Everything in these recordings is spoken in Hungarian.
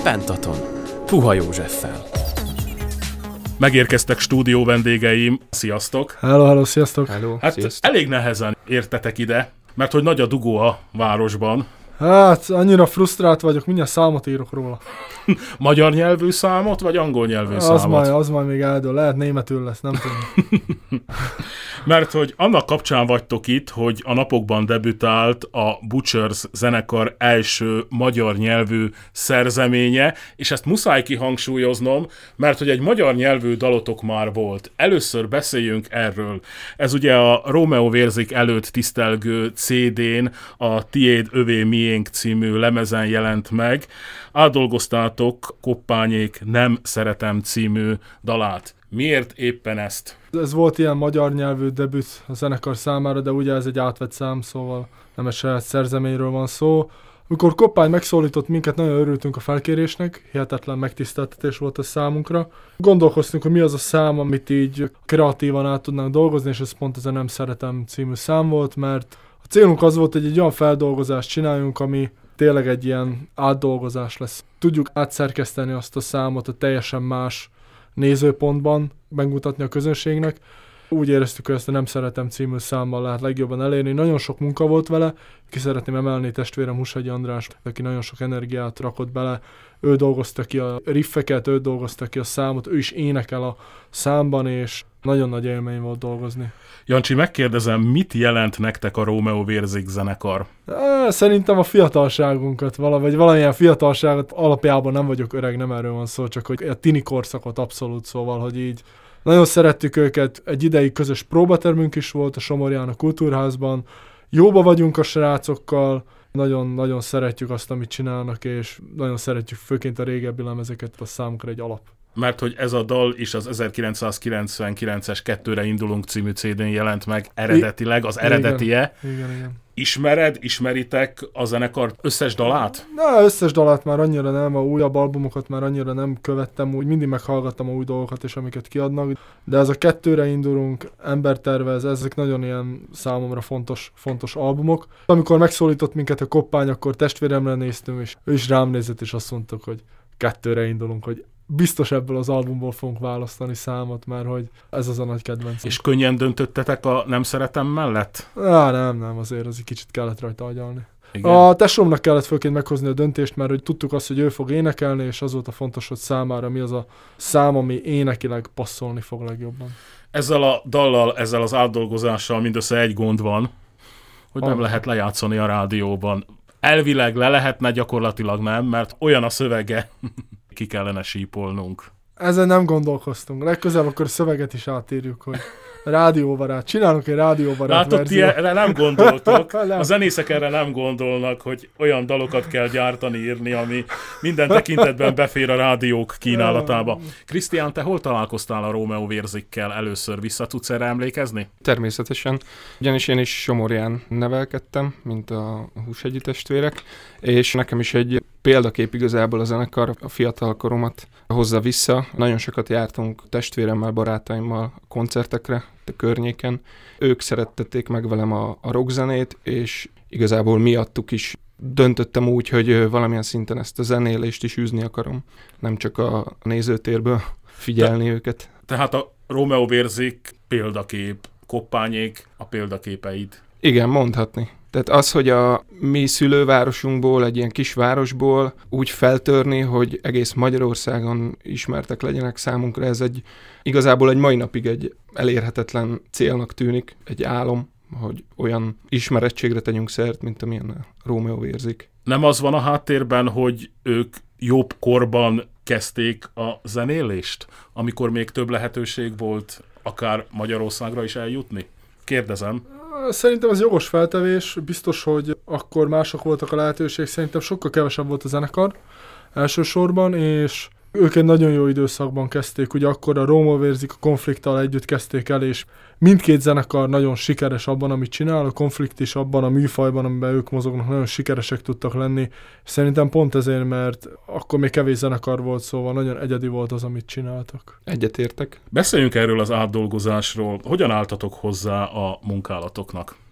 Pentaton, Puha Józseffel. Megérkeztek stúdió vendégeim. Sziasztok! Hello, sziasztok! Hello, Hát sziasztok. elég nehezen értetek ide, mert hogy nagy a dugó a városban. Hát, annyira frusztrált vagyok, mindjárt számot írok róla. Magyar nyelvű számot, vagy angol nyelvű számot? Az majd még eldől, lehet németül lesz, nem tudom. Mert hogy annak kapcsán vagytok itt, hogy a napokban debütált a Butchers zenekar első magyar nyelvű szerzeménye, és ezt muszáj kihangsúlyoznom, mert hogy egy magyar nyelvű dalotok már volt. Először beszéljünk erről. Ez ugye a Rómeó vérzik előtt tisztelgő CD-n a Tiéd, övé, miénk című lemezen jelent meg. Átdolgoztátok Koppányék Nem szeretem című dalát. Miért éppen ezt? Ez volt ilyen magyar nyelvű debüt a zenekar számára, de ugye ez egy átvett szám, szóval nem egy saját szerzeményről van szó. Amikor Koppány megszólított minket, nagyon örültünk a felkérésnek, hihetetlen megtiszteltetés volt a számunkra. Gondolkoztunk, hogy mi az a szám, amit így kreatívan át tudnánk dolgozni, és ez pont ez a Nem szeretem című szám volt, mert a célunk az volt, hogy egy olyan feldolgozást csináljunk, ami tényleg egy ilyen átdolgozás lesz. Tudjuk átszerkeszteni azt a számot a teljesen más nézőpontban, megmutatni a közönségnek. Úgy éreztük, hogy ezt a Nem szeretem című számmal lehet legjobban elérni. Nagyon sok munka volt vele, ki szeretném emelni testvérem Husagyi András, aki nagyon sok energiát rakott bele. Ő dolgozta ki a riffeket, ő dolgozta ki a számot, ő is énekel a számban, és nagyon nagy élmény volt dolgozni. Jancsi, megkérdezem, mit jelent nektek a Rómeó vérzik zenekar? Szerintem a fiatalságunkat, vagy valamilyen fiatalságot, alapjában nem vagyok öreg, nem erről van szó, csak hogy a tini korszakot abszolút, szóval, hogy így nagyon szerettük őket, egy ideig közös próbatermünk is volt a Somorján, a Kultúrházban, jóba vagyunk a srácokkal, nagyon szeretjük azt, amit csinálnak, és nagyon szeretjük főként a régebbi lemezeket, a számunkra egy alap. Mert hogy ez a dal is az 1999-es Kettőre indulunk című CD-n jelent meg eredetileg, az eredetie. Igen. Ismeritek a zenekar összes dalát? Na, összes dalát már annyira nem, a újabb albumokat már annyira nem követtem, úgy mindig meghallgattam a új dolgokat és amiket kiadnak, de ez a Kettőre indulunk, Embertervez, ezek nagyon ilyen számomra fontos albumok. Amikor megszólított minket a Koppány, akkor testvéremre néztünk, és ő is rám nézett, és azt mondtuk, hogy Kettőre indulunk, hogy biztos ebből az albumból fogunk választani számot, mert hogy ez az a nagy kedvenc. És könnyen döntöttetek a Nem szeretem mellett? Nem, azért az egy kicsit kellett rajta agyalni. Igen. A tesómnak kellett főként meghozni a döntést, mert hogy tudtuk azt, hogy ő fog énekelni, és az volt a fontos, hogy számára mi az a szám, ami énekileg passzolni fog legjobban. Ezzel a dallal, ezzel az átdolgozással mindössze egy gond van, hogy nem lehet lejátszani a rádióban. Elvileg le lehetne, gyakorlatilag nem, mert olyan a szövege, ki kellene sípolnunk. Ezen nem gondolkoztunk. Legközelebb akkor szöveget is átírjuk, hogy rádióbarát. Csinálunk egy rádióbarát verziót. verziót. Látod, ti erre nem gondoltok. A zenészek erre nem gondolnak, hogy olyan dalokat kell gyártani, írni, ami minden tekintetben befér a rádiók kínálatába. Krisztián, te hol találkoztál a Rómeó vérzikkel először? Vissza tudsz erre emlékezni? Természetesen. Ugyanis én is Somorján nevelkedtem, mint a Husagyi testvérek, és nekem is egy példakép igazából a zenekar a fiatal koromat hozza vissza. Nagyon sokat jártunk testvéremmel, barátaimmal a koncertekre, a környéken. Ők szerettették meg velem a rockzenét, és igazából miattuk is döntöttem úgy, hogy valamilyen szinten ezt a zenélést is űzni akarom. Nem csak a nézőtérből figyelni őket. Tehát a Rómeó vérzik példakép, Koppányék a példaképeid. Igen, mondhatni. Tehát az, hogy a mi szülővárosunkból, egy ilyen kisvárosból úgy feltörni, hogy egész Magyarországon ismertek legyenek számunkra, ez igazából egy mai napig egy elérhetetlen célnak tűnik, egy álom, hogy olyan ismerettségre tegyünk szert, mint amilyen a Rómeó vérzik. Nem az van a háttérben, hogy ők jobb korban kezdték a zenélést, amikor még több lehetőség volt akár Magyarországra is eljutni? Kérdezem. Szerintem ez jogos feltevés, biztos, hogy akkor mások voltak a lehetőség, szerintem sokkal kevesebb volt a zenekar elsősorban, és ők egy nagyon jó időszakban kezdték, ugye akkor a Rómeó vérzik a Konflikttal együtt kezdték el, és mindkét zenekar nagyon sikeres abban, amit csinál, a Konflikt is abban a műfajban, amiben ők mozognak, nagyon sikeresek tudtak lenni. Szerintem pont ezért, mert akkor még kevés zenekar volt, szóval nagyon egyedi volt az, amit csináltak. Egyetértek. Beszéljünk erről az átdolgozásról. Hogyan álltatok hozzá a munkálatoknak?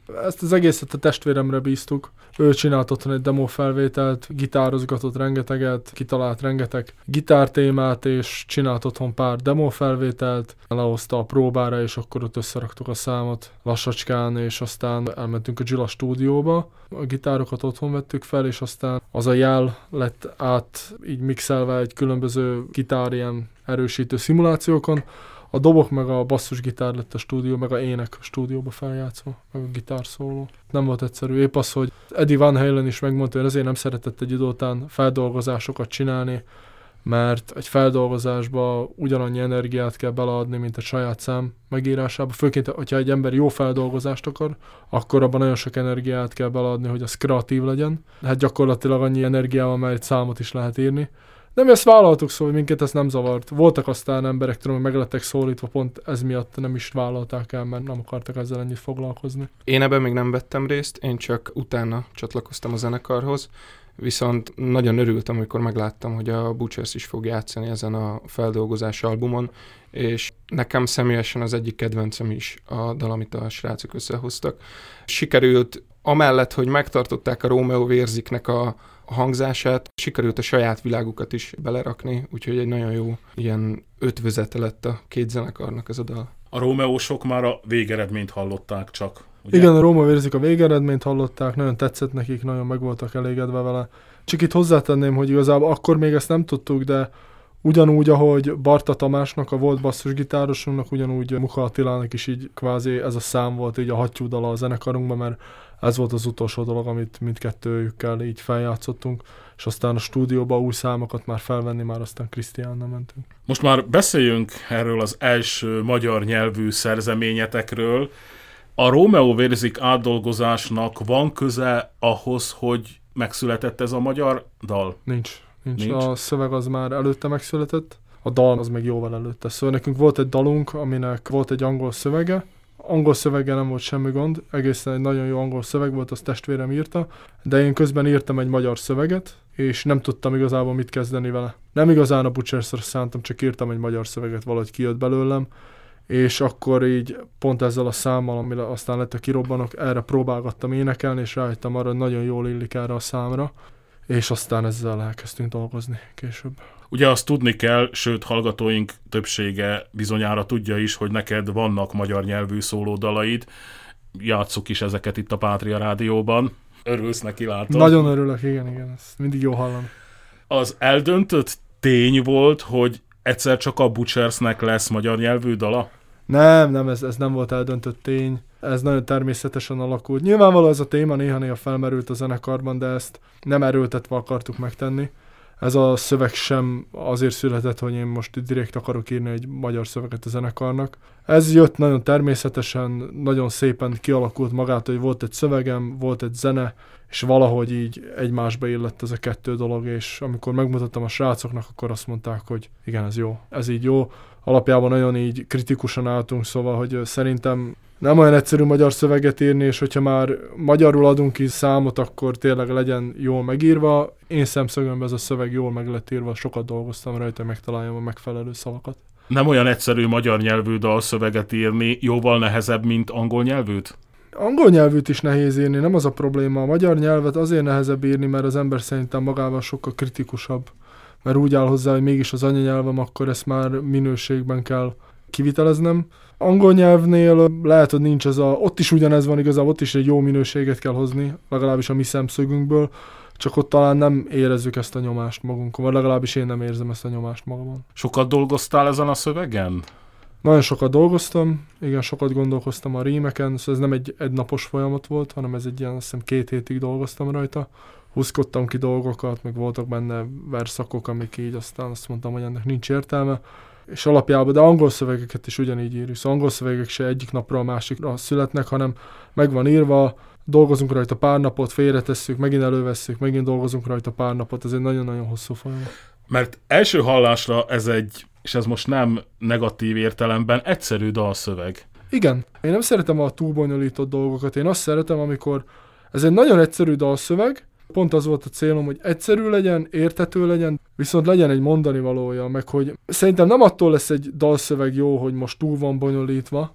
Ezt az egészet a testvéremre bíztuk. Ő csinált otthon egy demo felvételt, gitározgatott rengeteget, kitalált rengeteg gitártémát, és csinált otthon pár demo felvételt, lehozta a próbára, és akkor ott összeraktuk a számot lassacskán, és aztán elmentünk a Gila stúdióba. A gitárokat otthon vettük fel, és aztán az a jel lett át így mixelve egy különböző gitár ilyen erősítő szimulációkon. A dobok meg a basszusgitár lett a stúdió, meg a ének a stúdióba feljátszva, meg a gitárszóló. Nem volt egyszerű. Épp az, hogy Eddie Van Halen is megmondta, hogy ezért nem szeretett egy idő után feldolgozásokat csinálni, mert egy feldolgozásba ugyanannyi energiát kell beleadni, mint a saját szám megírásába. Főként, hogyha egy ember jó feldolgozást akar, akkor abban nagyon sok energiát kell beleadni, hogy az kreatív legyen. Hát gyakorlatilag annyi energiával már egy számot is lehet írni. De mi ezt vállaltuk, szóval hogy minket ez nem zavart. Voltak aztán emberek, tudom, hogy meg lettek szólítva, pont ez miatt nem is vállalták el, mert nem akartak ezzel ennyit foglalkozni. Én ebben még nem vettem részt, én csak utána csatlakoztam a zenekarhoz, viszont nagyon örültem, amikor megláttam, hogy a Butchers is fog játszani ezen a feldolgozás albumon, és nekem személyesen az egyik kedvencem is a dal, amit a srácok összehoztak. Sikerült, amellett, hogy megtartották a Rómeó Vérziknek a hangzását, sikerült a saját világukat is belerakni, úgyhogy egy nagyon jó ilyen ötvözete lett a két zenekarnak ez a dal. A Rómeósok már a végeredményt hallották csak, ugye? Igen, a Róma Vérzik a végeredményt hallották, nagyon tetszett nekik, nagyon meg voltak elégedve vele. Csak itt hozzátenném, hogy igazából akkor még ezt nem tudtuk, de ugyanúgy, ahogy Barta Tamásnak, a volt basszusgitárosunknak, ugyanúgy Mucha Attilának is így kvázi ez a szám volt így a hattyúdala a zenekarunkban, mert ez volt az utolsó dolog, amit mindkettőjükkel így feljátszottunk, és aztán a stúdióba új számokat már felvenni, már aztán Krisztiánnal mentünk. Most már beszéljünk erről az első magyar nyelvű szerzeményetekről. A Rómeó Vérzik átdolgozásnak van köze ahhoz, hogy megszületett ez a magyar dal? Nincs. A szöveg az már előtte megszületett, a dal az meg jóval előtte. Szóval nekünk volt egy dalunk, aminek volt egy angol szövege. Angol szöveggel nem volt semmi gond, egészen egy nagyon jó angol szöveg volt, azt testvérem írta, de én közben írtam egy magyar szöveget, és nem tudtam igazából mit kezdeni vele. Nem igazán a Butchersre szántam, csak írtam egy magyar szöveget, valahogy kijött belőlem, és akkor így pont ezzel a számmal, amire aztán lett a kirobbanok, erre próbálgattam énekelni, és rájöttem arra, hogy nagyon jól illik erre a számra, és aztán ezzel elkezdtünk dolgozni később. Ugye azt tudni kell, sőt hallgatóink többsége bizonyára tudja is, hogy neked vannak magyar nyelvű szólódalaid. Játsszuk is ezeket itt a Pátria Rádióban. Örülsz neki, látom. Nagyon örülök, igen, ezt mindig jó hallani. Az eldöntött tény volt, hogy egyszer csak a Butchersnek lesz magyar nyelvű dala? Nem, ez nem volt eldöntött tény. Ez nagyon természetesen alakult. Nyilvánvaló ez a téma néha felmerült a zenekarban, de ezt nem erőltetve akartuk megtenni. Ez a szöveg sem azért született, hogy én most direkt akarok írni egy magyar szöveget a zenekarnak. Ez jött nagyon természetesen, nagyon szépen kialakult magától, hogy volt egy szövegem, volt egy zene, és valahogy így egymásba illett ez a kettő dolog, és amikor megmutattam a srácoknak, akkor azt mondták, hogy igen, ez jó, ez így jó. Alapjában nagyon így kritikusan álltunk, szóval, hogy szerintem nem olyan egyszerű magyar szöveget írni, és hogyha már magyarul adunk ki számot, akkor tényleg legyen jól megírva. Én szemszögömben ez a szöveg jól meg lett írva, sokat dolgoztam rajta, hogy megtaláljam a megfelelő szavakat. Nem olyan egyszerű magyar nyelvű dalszöveget írni, jóval nehezebb, mint angol nyelvűt? Angol nyelvűt is nehéz írni, nem az a probléma. A magyar nyelvet azért nehezebb írni, mert az ember szerintem magával sokkal kritikusabb. Mert úgy áll hozzá, hogy mégis az anyanyelvem, akkor ezt már minőségben kell kiviteleznem. Angol nyelvnél lehet, hogy nincs ez ott is ugyanez van igazából, ott is egy jó minőséget kell hozni, legalábbis a mi szemszögünkből, csak ott talán nem érezzük ezt a nyomást magunkon, vagy legalábbis én nem érzem ezt a nyomást magamon. Sokat dolgoztál ezen a szövegen? Nagyon sokat dolgoztam, igen, sokat gondolkoztam a rímeken, szóval ez nem egy napos folyamat volt, hanem ez egy ilyen, azt hiszem 2 hétig dolgoztam rajta. Húzkodtam ki dolgokat, meg voltak benne verszakok, amik így aztán azt mondtam, hogy ennek nincs értelme. És alapjában, de angol szövegeket is ugyanígy írjuk. Szóval angol szövegek se egyik napra a másikra születnek, hanem meg van írva, dolgozunk rajta pár napot, félretesszük, megint elővesszük, megint dolgozunk rajta pár napot. Ez egy nagyon-nagyon hosszú folyamat. Mert első hallásra ez egy, és ez most nem negatív értelemben, egyszerű dalszöveg. Igen. Én nem szeretem a túlbonyolított dolgokat. Én azt szeretem, amikor ez egy nagyon egyszerű dalszöveg, pont az volt a célom, hogy egyszerű legyen, érthető legyen, viszont legyen egy mondani valója, meg hogy szerintem nem attól lesz egy dalszöveg jó, hogy most túl van bonyolítva,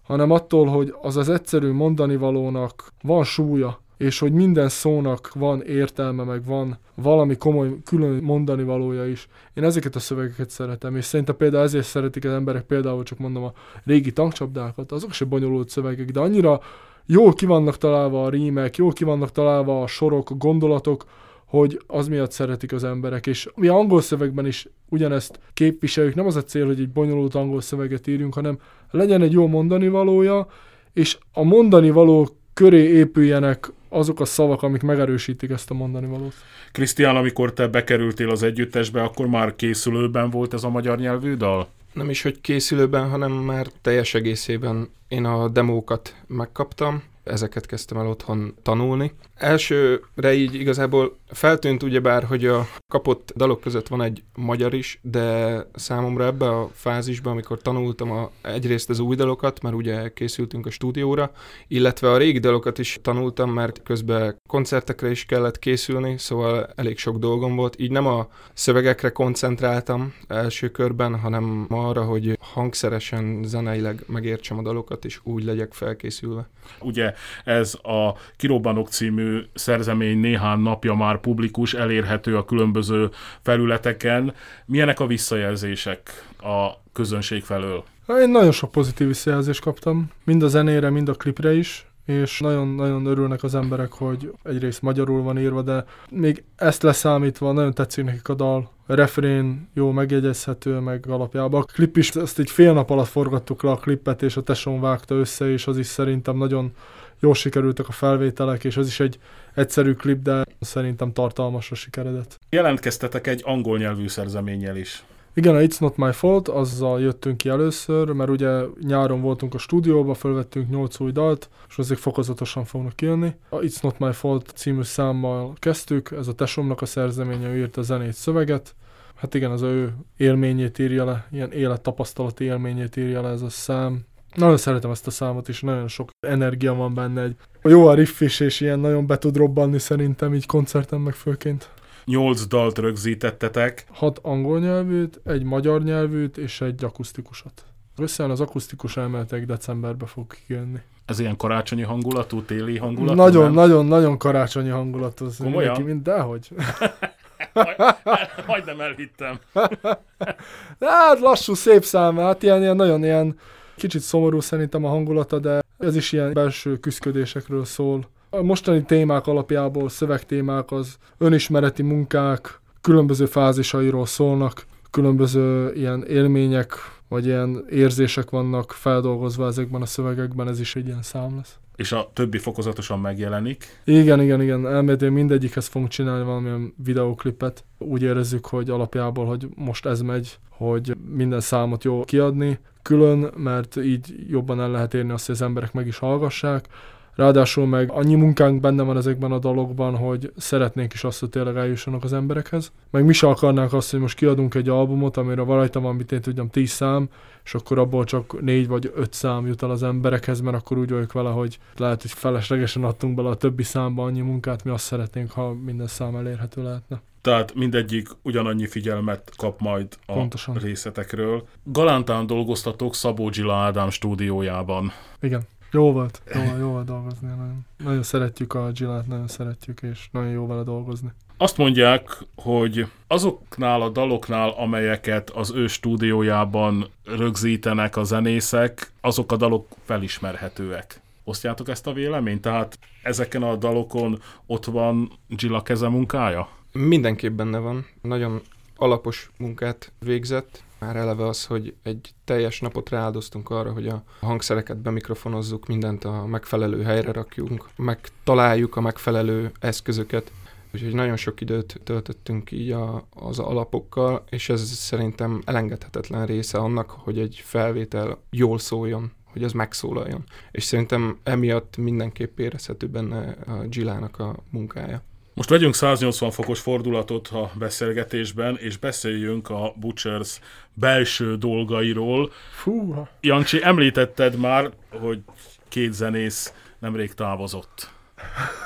hanem attól, hogy az egyszerű mondani valónak van súlya, és hogy minden szónak van értelme, meg van valami komoly, külön mondani valója is. Én ezeket a szövegeket szeretem, és szerintem például ezért szeretik az emberek, például csak mondom a régi tankcsapdákat, azok se bonyolult szövegek, de annyira jól ki vannak találva a rímek, jól ki vannak találva a sorok, a gondolatok, hogy az miatt szeretik az emberek. És mi angol szövegben is ugyanezt képviseljük. Nem az a cél, hogy egy bonyolult angol szöveget írjunk, hanem legyen egy jó mondani valója, és a mondani való köré épüljenek azok a szavak, amik megerősítik ezt a mondani valót. Krisztián, amikor te bekerültél az együttesbe, akkor már készülőben volt ez a magyar nyelvű dal? Nem is, hogy készülőben, hanem már teljes egészében én a demókat megkaptam, ezeket kezdtem el otthon tanulni. Elsőre így igazából feltűnt ugyebár, hogy a kapott dalok között van egy magyar is, de számomra ebbe a fázisban, amikor tanultam egyrészt az új dalokat, mert ugye készültünk a stúdióra, illetve a régi dalokat is tanultam, mert közben koncertekre is kellett készülni, szóval elég sok dolgom volt. Így nem a szövegekre koncentráltam első körben, hanem arra, hogy hangszeresen, zeneileg megértsem a dalokat, és úgy legyek felkészülve. Ugye ez a Kirobbanok című szerzemény néhány napja már publikus, elérhető a különböző felületeken. Milyenek a visszajelzések a közönség felől? Én nagyon sok pozitív visszajelzést kaptam, mind a zenére, mind a klipre is, és nagyon-nagyon örülnek az emberek, hogy egyrészt magyarul van írva, de még ezt leszámítva nagyon tetszik nekik a dal. A refrén jó megjegyezhető, meg alapjában. A klip is, azt így fél nap alatt forgattuk le a klipet, és a tesóm vágta össze, és az is szerintem nagyon jól sikerültek a felvételek, és az is egy egyszerű klip, de szerintem tartalmasra sikeredett. Jelentkeztetek egy angol nyelvű szerzeménnyel is. Igen, a It's Not My Fault, azzal jöttünk ki először, mert ugye nyáron voltunk a stúdióba, felvettünk 8 új dalt, és azért fokozatosan fognak kijönni. A It's Not My Fault című számmal kezdtük, ez a tesómnak a szerzeménye, ő írt a zenét, szöveget. Hát igen, az ő élményét írja le, ilyen élettapasztalati élményét írja le ez a szám. Nagyon szeretem ezt a számot, és nagyon sok energia van benne. Jó a riff is, és ilyen nagyon be tud robbanni szerintem, így koncerten meg főként. 8 dalt rögzítettetek. 6 angol nyelvűt, egy magyar nyelvűt, és egy akusztikusat. Összesen az akusztikus elméletek decemberbe fog kijönni. Ez ilyen karácsonyi hangulatú, téli hangulatú? Nagyon karácsonyi hangulatú. Komolyan? Dehogy. Majdnem elhittem. Hát lassú, szép szám, hát ilyen nagyon ilyen kicsit szomorú szerintem a hangulata, de ez is ilyen belső küszködésekről szól. A mostani témák alapjából, szövegtémák az önismereti munkák, különböző fázisairól szólnak, különböző ilyen élmények, vagy ilyen érzések vannak feldolgozva ezekben a szövegekben, ez is egy ilyen szám lesz. És a többi fokozatosan megjelenik? Igen. Elméletileg mindegyikhez fogunk csinálni valamilyen videóklipet. Úgy érezzük, hogy alapjából, hogy most ez megy, hogy minden számot jó kiadni külön, mert így jobban el lehet érni azt, hogy az emberek meg is hallgassák. Ráadásul meg annyi munkánk benne van ezekben a dalokban, hogy szeretnénk is azt, hogy tényleg eljussanak az emberekhez. Meg mi is akarnánk azt, hogy most kiadunk egy albumot, amire rajta van, mit én tudjam, 10 szám, és akkor abból csak 4 vagy 5 szám jut el az emberekhez, mert akkor úgy vagyok vele, hogy lehet, hogy feleslegesen adtunk bele a többi számba annyi munkát, mi azt szeretnénk, ha minden szám elérhető lehetne. Tehát mindegyik ugyanannyi figyelmet kap majd a Pontosan. Részletekről. Galántán dolgoztatok Szabó Gyula Ádám stúdiójában. Igen. Jó volt dolgozni. Nagyon szeretjük a Gillát, nagyon szeretjük, és nagyon jó vele dolgozni. Azt mondják, hogy azoknál a daloknál, amelyeket az ő stúdiójában rögzítenek a zenészek, azok a dalok felismerhetőek. Osztjátok ezt a véleményt? Tehát ezeken a dalokon ott van Gilla kezemunkája? Mindenképp benne van. Nagyon alapos munkát végzett. Már eleve az, hogy egy teljes napot rááldoztunk arra, hogy a hangszereket bemikrofonozzuk, mindent a megfelelő helyre rakjunk, megtaláljuk a megfelelő eszközöket. Úgyhogy nagyon sok időt töltöttünk így az alapokkal, és ez szerintem elengedhetetlen része annak, hogy egy felvétel jól szóljon, hogy az megszólaljon. És szerintem emiatt mindenképp érezhető benne a Gillának a munkája. Most vegyünk 180 fokos fordulatot a beszélgetésben, és beszéljünk a Butchers belső dolgairól. Fúha! Jancsi, említetted már, hogy 2 zenész nemrég távozott.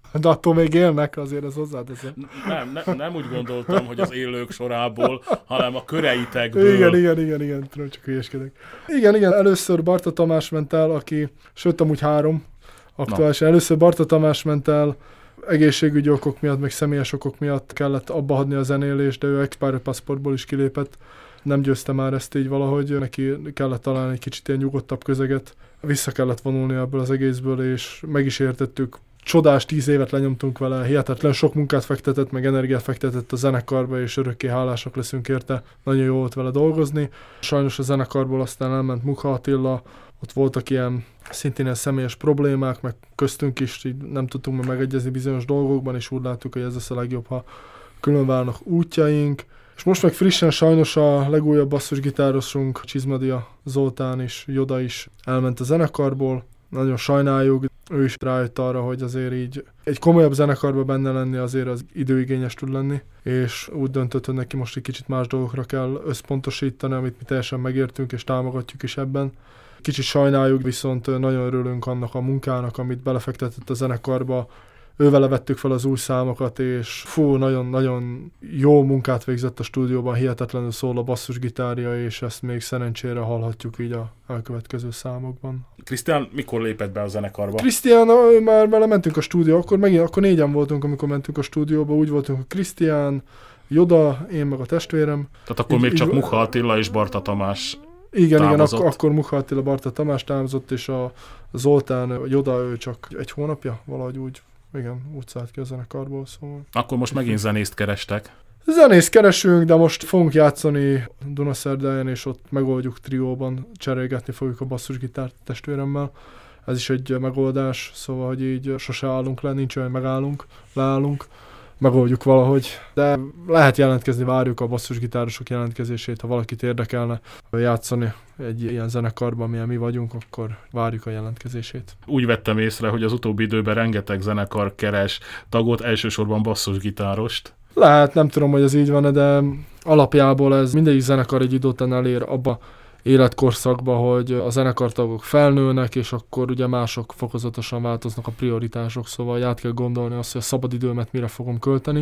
De attól még élnek, azért ez hozzáteszem. Nem úgy gondoltam, hogy az élők sorából, hanem a köreitekből. Igen, tudom, csak hülyeskedek. Igen, először Barta Tamás ment el, aki, sőt amúgy 3 aktuálisan. Először Barta Tamás ment el, egészségügyi okok miatt, meg személyes okok miatt kellett abba hagyni a zenélést, de ő expired passportból is kilépett. Nem győzte már ezt így valahogy, neki kellett találni egy kicsit ilyen nyugodtabb közeget. Vissza kellett vonulni ebből az egészből, és meg is értettük. Csodás 10 évet lenyomtunk vele, hihetetlen sok munkát fektetett, meg energiát fektetett a zenekarba, és örökké hálásak leszünk érte. Nagyon jó volt vele dolgozni. Sajnos a zenekarból aztán elment Mukha Attila, ott voltak ilyen szintén ilyen személyes problémák, meg köztünk is így nem tudtunk megegyezni bizonyos dolgokban, és úgy láttuk, hogy ez lesz a legjobb, ha különválnak útjaink. És most meg frissen sajnos a legújabb basszusgitárosunk, Csizmadia Zoltán és Joda is elment a zenekarból. Nagyon sajnáljuk, ő is rájött arra, hogy azért így egy komolyabb zenekarban benne lenni azért az időigényes tud lenni, és úgy döntött, hogy neki most egy kicsit más dolgokra kell összpontosítani, amit mi teljesen megértünk és támogatjuk is ebben. Kicsit sajnáljuk, viszont nagyon örülünk annak a munkának, amit belefektetett a zenekarba. Ővele vettük fel az új számokat, és nagyon-nagyon jó munkát végzett a stúdióban, hihetetlenül szól a basszusgitárja, és ezt még szerencsére hallhatjuk így a elkövetkező számokban. Krisztián mikor lépett be a zenekarba? Krisztián, már vele mentünk a stúdióba, akkor 4-en voltunk, amikor mentünk a stúdióba, úgy voltunk, hogy Krisztián, Joda, én meg a testvérem. Tehát akkor még csak Mukha Attila és Barta Tamás Igen, akkor Mukha Attila, Barta Tamás távozott, és a Zoltán, Joda, ő csak 1 hónapja, valahogy úgy. Igen, úgy szállt ki a zenekarból, szóval. Akkor most megint zenészt kerestek. Zenészt keresünk, de most fogunk játszani Dunaszerdáján, és ott megoldjuk trióban, cserélgetni fogjuk a basszusgitárt testvéremmel. Ez is egy megoldás, szóval, hogy így sose állunk le, nincs olyan, megállunk, leállunk, megoldjuk valahogy. De lehet jelentkezni, várjuk a basszusgitárosok jelentkezését, ha valakit érdekelne játszani egy ilyen zenekarban, milyen mi vagyunk, akkor várjuk a jelentkezését. Úgy vettem észre, hogy az utóbbi időben rengeteg zenekar keres tagot, elsősorban basszusgitárost. Lehet, nem tudom, hogy ez így van, de alapjából ez mindegyik zenekar egy idő után elér abba életkorszakba, hogy a zenekartagok felnőnek, és akkor ugye mások fokozatosan változnak a prioritások, szóval át kell gondolni azt, hogy a szabadidőmet mire fogom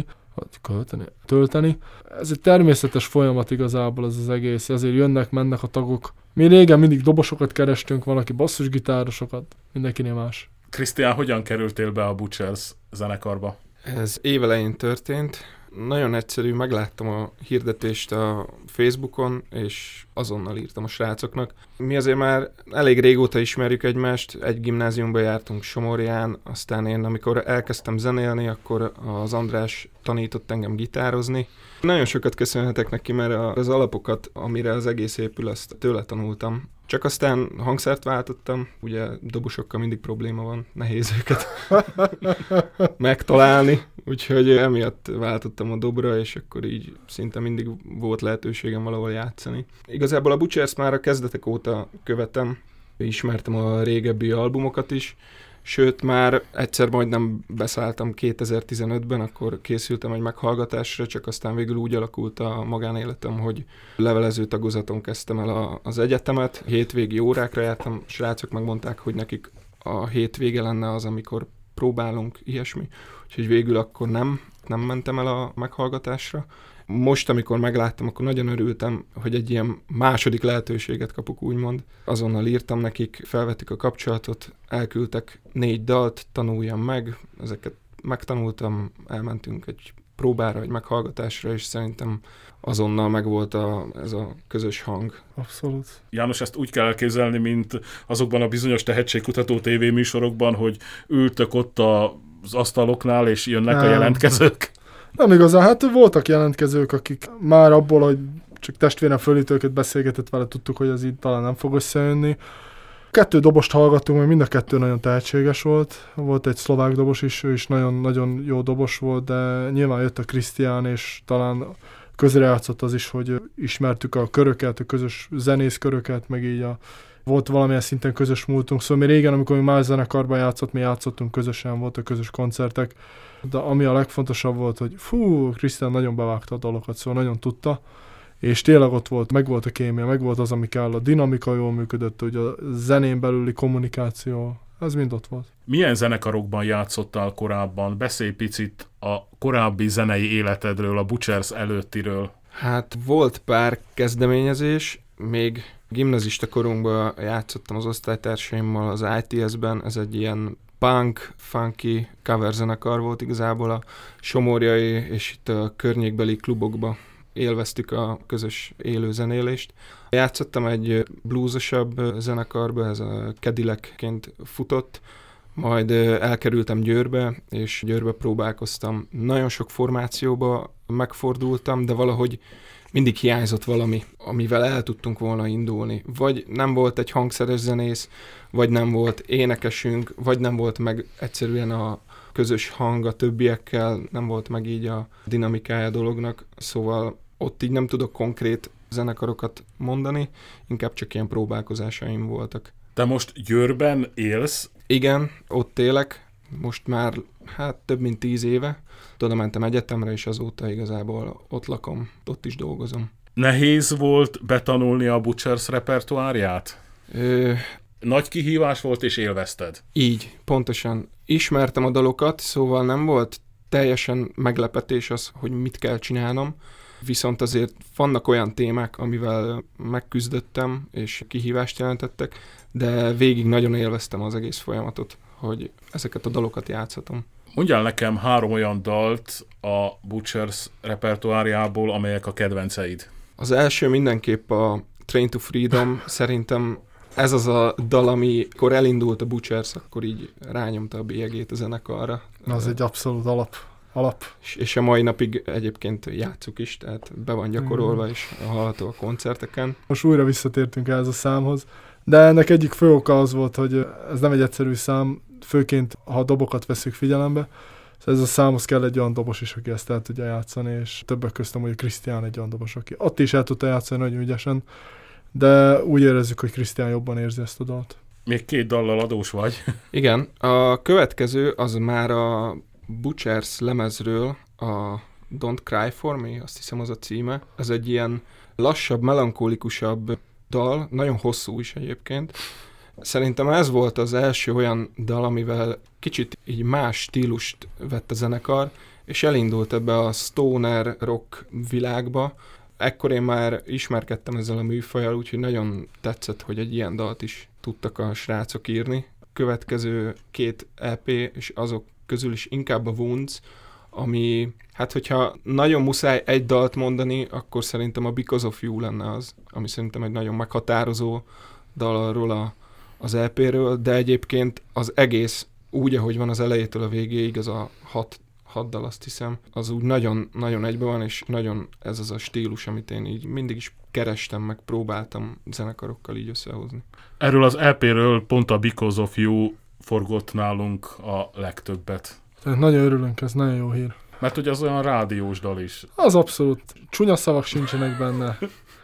tölteni. Ez egy természetes folyamat igazából ez az egész, ezért jönnek, mennek a tagok. Mi régen mindig dobosokat kerestünk, valaki basszusgitárosokat, mindenkinél más. Krisztián, hogyan kerültél be a Butchers zenekarba? Ez évelején történt. Nagyon egyszerű, megláttam a hirdetést a Facebookon, és azonnal írtam a srácoknak. Mi azért már elég régóta ismerjük egymást, egy gimnáziumba jártunk Somorján, aztán én amikor elkezdtem zenélni, akkor az András tanított engem gitározni. Nagyon sokat köszönhetek neki, mert az alapokat, amire az egész épül, azt tőle tanultam. Csak aztán hangszert váltottam, ugye dobosokkal mindig probléma van, nehéz őket megtalálni, úgyhogy emiatt váltottam a dobra, és akkor így szinte mindig volt lehetőségem valahol játszani. Igazából a Butchers már a kezdetek óta követem, ismertem a régebbi albumokat is, sőt már egyszer majdnem beszálltam 2015-ben, akkor készültem egy meghallgatásra, csak aztán végül úgy alakult a magánéletem, hogy levelező tagozaton kezdtem el az egyetemet, hétvégi órákra jártam, srácok megmondták, hogy nekik a hétvége lenne az, amikor próbálunk ilyesmi, úgyhogy végül akkor nem mentem el a meghallgatásra. Most, amikor megláttam, akkor nagyon örültem, hogy egy ilyen második lehetőséget kapok, úgymond. Azonnal írtam nekik, felvettük a kapcsolatot, elküldtek 4 dalt, tanuljam meg, ezeket megtanultam, elmentünk egy próbára, egy meghallgatásra, és szerintem azonnal megvolt ez a közös hang. Abszolút. János, ezt úgy kell elképzelni, mint azokban a bizonyos tehetségkutató tévéműsorokban, hogy ültök ott az asztaloknál, és jönnek a jelentkezők. Nem igazán, hát voltak jelentkezők, akik már abból, hogy csak testvérem fölítőket beszélgetett vele, tudtuk, hogy ez így talán nem fog összejönni. 2 dobost hallgattunk, mert mind a 2 nagyon tehetséges volt. Volt egy szlovák dobos is, ő is nagyon-nagyon jó dobos volt, de nyilván jött a Krisztián, és talán közrejátszott az is, hogy ismertük a köröket, a közös zenészköröket, meg így volt valamilyen szinten közös múltunk. Szóval mi régen, amikor mi más zenekarban játszott, mi játszottunk közösen, voltak közös koncertek. De ami a legfontosabb volt, hogy Krisztián nagyon bevágta a dalokat, szóval nagyon tudta, és tényleg ott volt, meg volt a kémia, meg volt az, ami kell, a dinamika jól működött, hogy a zenén belüli kommunikáció, az mind ott volt. Milyen zenekarokban játszottál korábban? Beszélj picit a korábbi zenei életedről, a Butchers előttiről. Hát volt pár kezdeményezés, még gimnazista korunkban játszottam az osztálytársaimmal az ITS-ben, ez egy ilyen punk, funky cover zenekar volt igazából a somorjai, és itt a környékbeli klubokba élveztük a közös élő zenélést. Játszottam egy bluesosabb zenekarba, ez a Cadillac-ként futott, majd elkerültem Győrbe, és Győrbe próbálkoztam. Nagyon sok formációba megfordultam, de valahogy mindig hiányzott valami, amivel el tudtunk volna indulni. Vagy nem volt egy hangszeres zenész, vagy nem volt énekesünk, vagy nem volt meg egyszerűen a közös hang a többiekkel, nem volt meg így a dinamikája a dolognak, szóval ott így nem tudok konkrét zenekarokat mondani, inkább csak ilyen próbálkozásaim voltak. Te most Győrben élsz? Igen, ott élek, most már több mint 10 éve. Oda mentem egyetemre, és azóta igazából ott lakom, ott is dolgozom. Nehéz volt betanulni a Butchers repertoárját? Nagy kihívás volt, és élvezted? Így, pontosan. Ismertem a dalokat, szóval nem volt teljesen meglepetés az, hogy mit kell csinálnom, viszont azért vannak olyan témák, amivel megküzdöttem, és kihívást jelentettek, de végig nagyon élveztem az egész folyamatot, hogy ezeket a dalokat játszhatom. Mondjál nekem 3 olyan dalt a Butchers repertoárjából, amelyek a kedvenceid. Az első mindenképp a Train to Freedom, szerintem ez az a dal, amikor elindult a Butchers, akkor így rányomta a bélyegét a zenekarra. Az egy abszolút alap. És a mai napig egyébként játsszuk is, tehát be van gyakorolva, és hallható a koncerteken. Most újra visszatértünk ehhez a számhoz, de ennek egyik fő oka az volt, hogy ez nem egy egyszerű szám, főként ha a dobokat veszük figyelembe. Szóval ez a számhoz kell egy olyan dobos is, aki ezt el tudja játszani, és többek köztem, hogy Krisztián egy olyan dobos, aki ott is el tudta játszani nagyon ügyesen, de úgy érezzük, hogy Krisztián jobban érzi ezt a dalt. Még 2 dallal adós vagy. Igen, a következő az már a Butchers lemezről, a Don't Cry For Me, azt hiszem az a címe. Ez egy ilyen lassabb, melankolikusabb dal, nagyon hosszú is egyébként. Szerintem ez volt az első olyan dal, amivel kicsit így más stílust vett a zenekar, és elindult ebbe a stoner rock világba. Ekkor én már ismerkedtem ezzel a műfajjal, úgyhogy nagyon tetszett, hogy egy ilyen dalt is tudtak a srácok írni. Következő 2 EP, és azok közül is inkább a Wounds, ami, hát hogyha nagyon muszáj egy dalt mondani, akkor szerintem a Because of You lenne az, ami szerintem egy nagyon meghatározó dal arról az EP-ről, de egyébként az egész úgy, ahogy van az elejétől a végéig, az a 6 dal, azt hiszem, az úgy nagyon, nagyon egyben van, és nagyon ez az a stílus, amit én így mindig is kerestem, meg próbáltam zenekarokkal így összehozni. Erről az EP-ről pont a Because of You forgott nálunk a legtöbbet. Tehát nagyon örülünk, ez nagyon jó hír. Mert hogy az olyan rádiós dal is. Az abszolút. Csúnya szavak sincsenek benne.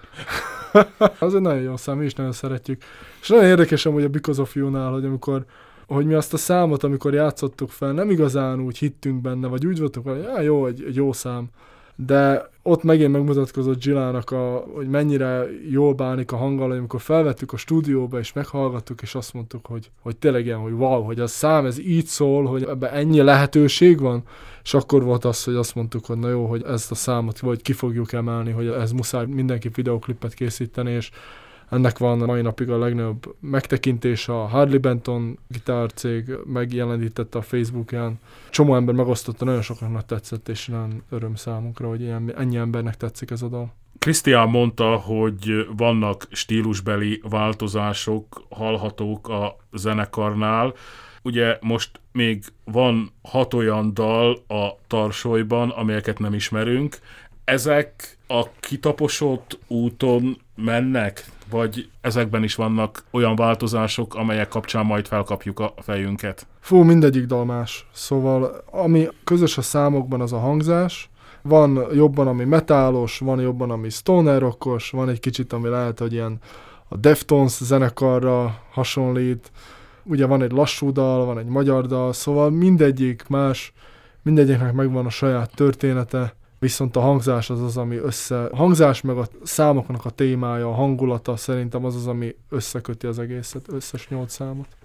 Az egy nagyon jó szám, mi is nagyon szeretjük. És nagyon érdekes amúgy a Because of You-nál, hogy mi azt a számot, amikor játszottuk fel, nem igazán úgy hittünk benne, vagy úgy voltunk, hogy jó, egy jó szám. De ott megint megmutatkozott Gillának, hogy mennyire jól bánik a hanggal, amikor felvettük a stúdióba, és meghallgattuk, és azt mondtuk, hogy tényleg ilyen, hogy wow, hogy a szám ez így szól, hogy ebben ennyi lehetőség van, és akkor volt az, hogy azt mondtuk, hogy na jó, hogy ezt a számot vagy ki fogjuk emelni, hogy ez muszáj mindenki videoklipet készíteni, és ennek van a mai napig a legnagyobb megtekintése, a Harley Benton gitárcég megjelenítette a Facebookján. Csomó ember megosztotta, nagyon sokaknak tetszett, és nagyon öröm számunkra, hogy ennyi embernek tetszik ez a dal. Krisztián mondta, hogy vannak stílusbeli változások hallhatók a zenekarnál. Ugye most még van 6 olyan dal a tarsolyban, amelyeket nem ismerünk. Ezek a kitaposott úton mennek, vagy ezekben is vannak olyan változások, amelyek kapcsán majd felkapjuk a fejünket? Mindegyik dal más. Szóval ami közös a számokban, az a hangzás. Van jobban, ami metálos, van jobban, ami stoner rockos, van egy kicsit, ami lehet, hogy ilyen a Deftones zenekarra hasonlít. Ugye van egy lassú dal, van egy magyar dal, szóval mindegyik más, mindegyiknek megvan a saját története. Viszont a hangzás az, ami a hangzás meg a számoknak a témája, a hangulata szerintem az, ami összeköti az egészet, összes 8 számot.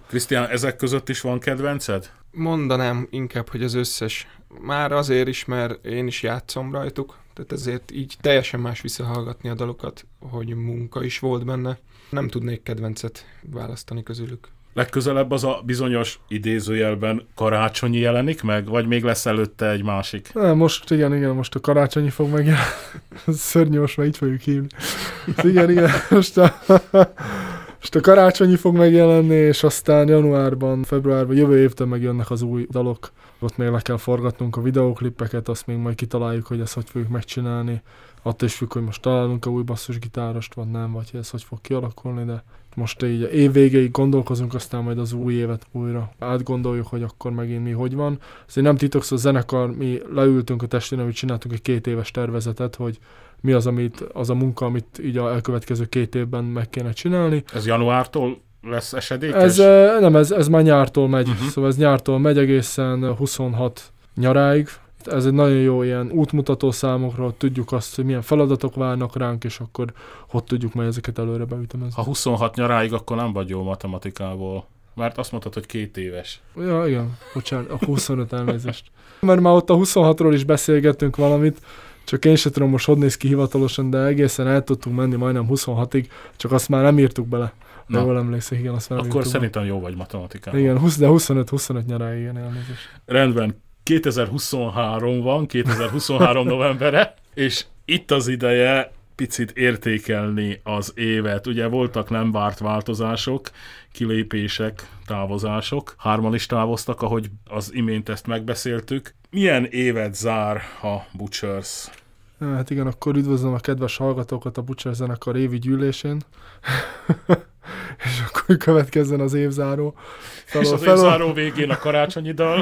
Krisztián, ezek között is van kedvenced? Mondanám inkább, hogy az összes. Már azért is, mert én is játszom rajtuk, tehát ezért így teljesen más visszahallgatni a dalokat, hogy munka is volt benne. Nem tudnék kedvencet választani közülük. Legközelebb az a bizonyos idézőjelben karácsonyi jelenik meg, vagy még lesz előtte egy másik? Most igen, most a karácsonyi fog megjelenni. Szörnyű, most már így fogjuk hívni. Igen, most a karácsonyi fog megjelenni, és aztán januárban, februárban, jövő évtől megjönnek az új dalok. Ott még le kell forgatnunk a videóklippeket, azt még majd kitaláljuk, hogy ezt hogy fogjuk megcsinálni. Attól is függ, hogy most találunk a új basszusgitárost, vagy nem, vagy ez hogy fog kialakulni, de most így év végéig gondolkozunk, aztán majd az új évet újra átgondoljuk, hogy akkor megint mi hogy van. Azért nem titok, szóval a zenekar, mi leültünk a testvérem, hogy csináltunk egy 2 éves tervezetet, hogy mi az a munka, amit így a elkövetkező 2 évben meg kéne csinálni. Ez januártól lesz esedékes? Ez már nyártól megy, szóval ez nyártól megy egészen 26 nyaráig. Ez egy nagyon jó ilyen útmutató számokra, tudjuk azt, hogy milyen feladatok várnak ránk, és akkor hogy tudjuk majd ezeket előre beütemezni. Ha 26 nyaráig, akkor nem vagy jó matematikából. Mert azt mondtad, hogy 2 éves. Ja, igen, bocsánat, a 25 elnézést. Mert már ott a 26-ról is beszélgettünk valamit, csak én sem tudom most, hogy néz ki hivatalosan, de egészen el tudtunk menni majdnem 26-ig, csak azt már nem írtuk bele. De jól emlékszek, igen, azt már akkor szerintem jó vagy matematikában. Igen, de 25 nyaráig, igen, elnézést. Rendben. 2023 van, 2023 novembere, és itt az ideje picit értékelni az évet. Ugye voltak nem várt változások, kilépések, távozások. 3 is távoztak, ahogy az imént ezt megbeszéltük. Milyen évet zár a Butchers? Hát igen, akkor üdvözlöm a kedves hallgatókat a Butchers zenekar évi gyűlésén. És akkor következzen az évzáró. És az évzáró végén a karácsonyi dal.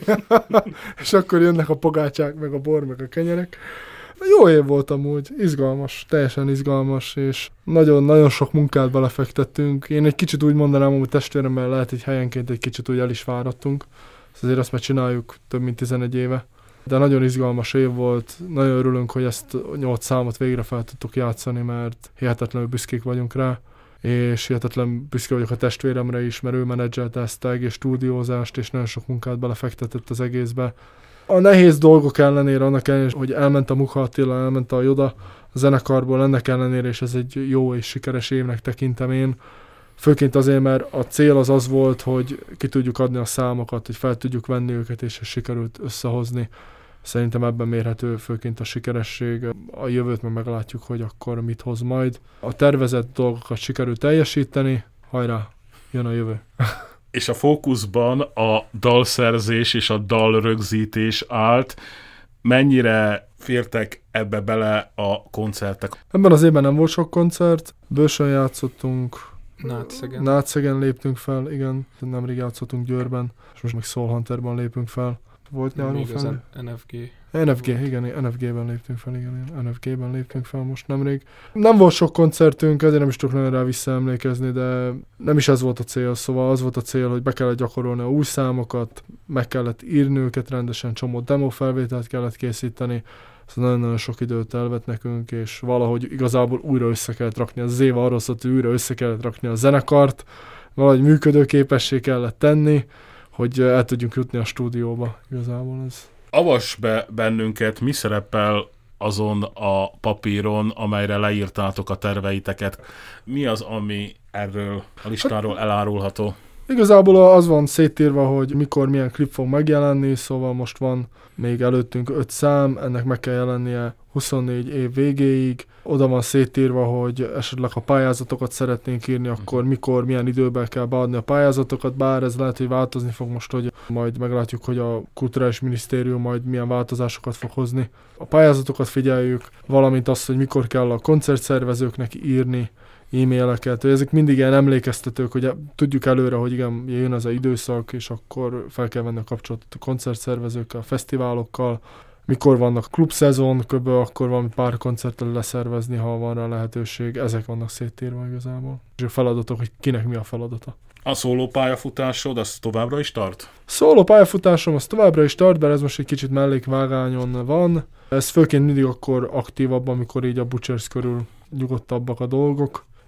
És akkor jönnek a pogácsák, meg a bor, meg a kenyerek. Jó év volt amúgy, izgalmas, teljesen izgalmas, és nagyon-nagyon sok munkát belefektettünk. Én egy kicsit úgy mondanám, hogy testvéremmel lehet, hogy helyenként egy kicsit úgy el is fáradtunk. Azért azt már csináljuk több mint 11 éve. De nagyon izgalmas év volt, nagyon örülünk, hogy ezt 8 számot végre fel tudtuk játszani, mert hihetetlenül büszkék vagyunk rá, és hihetetlen büszke vagyok a testvéremre is, mert ő menedzselte ezt a egész stúdiózást, és nagyon sok munkát belefektetett az egészbe. A nehéz dolgok ellenére, annak ellenére, hogy elment a Mucha Attila, elment a Joda a zenekarból, ennek ellenére, és ez egy jó és sikeres évnek tekintem én. Főként azért, mert a cél az volt, hogy ki tudjuk adni a számokat, hogy fel tudjuk venni őket, és sikerült összehozni. Szerintem ebben mérhető főként a sikeresség. A jövőt meg meglátjuk, hogy akkor mit hoz majd. A tervezett dolgokat sikerült teljesíteni, hajrá, jön a jövő. És a fókuszban a dalszerzés és a dalrögzítés állt. Mennyire fértek ebbe bele a koncertek? Ebben az évben nem volt sok koncert, bősön játszottunk, Nátszegen léptünk fel, igen, nemrég játszottunk Győrben, és most meg Soulhunterban lépünk fel. Volt nyáron fel? NFG, igen, NFG-ben léptünk fel, igen, NFG-ben léptünk fel most nemrég. Nem volt sok koncertünk, ezért nem is tudok nagyon rá visszaemlékezni, de nem is ez volt a cél, szóval az volt a cél, hogy be kellett gyakorolni a új számokat, meg kellett írni őket rendesen, csomó demofelvételt kellett készíteni, szóval nagyon-nagyon sok időt elvett nekünk, és valahogy igazából újra össze kellett rakni, az év arról szólt, hogy újra össze kellett rakni a zenekart, valahogy működőképessé kellett tenni, hogy el tudjunk jutni a stúdióba, igazából ez. Avass be bennünket, mi szerepel azon a papíron, amelyre leírtátok a terveiteket. Mi az, ami erről a listáról elárulható? Igazából az van szétírva, hogy mikor milyen klip fog megjelenni, szóval most van még előttünk 5 szám, ennek meg kell jelennie 24 év végéig. Oda van szétírva, hogy esetleg ha pályázatokat szeretnénk írni, akkor mikor, milyen időben kell beadni a pályázatokat, bár ez lehet, hogy változni fog most, hogy majd meglátjuk, hogy a Kulturális Minisztérium majd milyen változásokat fog hozni. A pályázatokat figyeljük, valamint azt, hogy mikor kell a koncertszervezőknek írni e-maileket, hogy ezek mindig ilyen emlékeztetők, hogy tudjuk előre, hogy igen, jön ez az időszak, és akkor fel kell venni a kapcsolatot a koncertszervezőkkel, a fesztiválokkal, mikor vannak klubszezon, akkor van pár koncerttel leszervezni, ha van rá lehetőség, ezek vannak szétírva igazából. És a feladatok, hogy kinek mi a feladata. A szóló pályafutásod, az továbbra is tart? Szóló pályafutásom az továbbra is tart, bár ez most egy kicsit mellékvágányon van. Ez főként mindig akkor aktívabb, amikor így a Butchers körül nyugodtabbak a dolgok.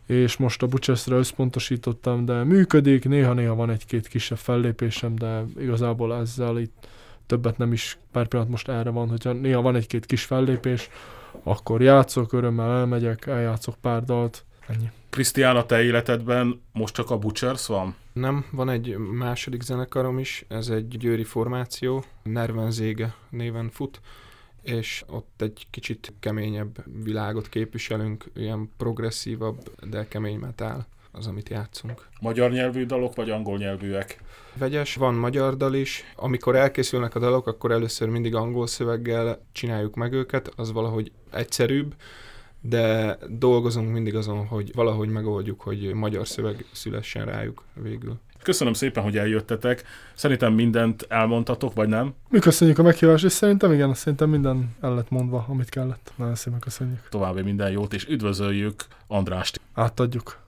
és most a Butchersre összpontosítottam, de működik, néha-néha van egy-két kisebb fellépésem, de igazából ezzel itt többet nem is, pár pillanat most erre van, hogyha néha van egy-két kis fellépés, akkor játszok, örömmel elmegyek, eljátszok pár dalt, ennyi. Krisztián, a te életedben most csak a Butchers van? Nem, van egy második zenekarom is, ez egy győri formáció, Nervenzége néven fut, és ott egy kicsit keményebb világot képviselünk, ilyen progresszívabb, de kemény metal az, amit játszunk. Magyar nyelvű dalok, vagy angol nyelvűek? Vegyes, van magyar dal is. Amikor elkészülnek a dalok, akkor először mindig angol szöveggel csináljuk meg őket, az valahogy egyszerűbb, de dolgozunk mindig azon, hogy valahogy megoldjuk, hogy magyar szöveg szülessen rájuk végül. Köszönöm szépen, hogy eljöttetek. Szerintem mindent elmondtatok, vagy nem? Mi köszönjük a meghívást, és szerintem minden el lett mondva, amit kellett. Nagyon szépen köszönjük. További minden jót, és üdvözöljük Andrást. Átadjuk.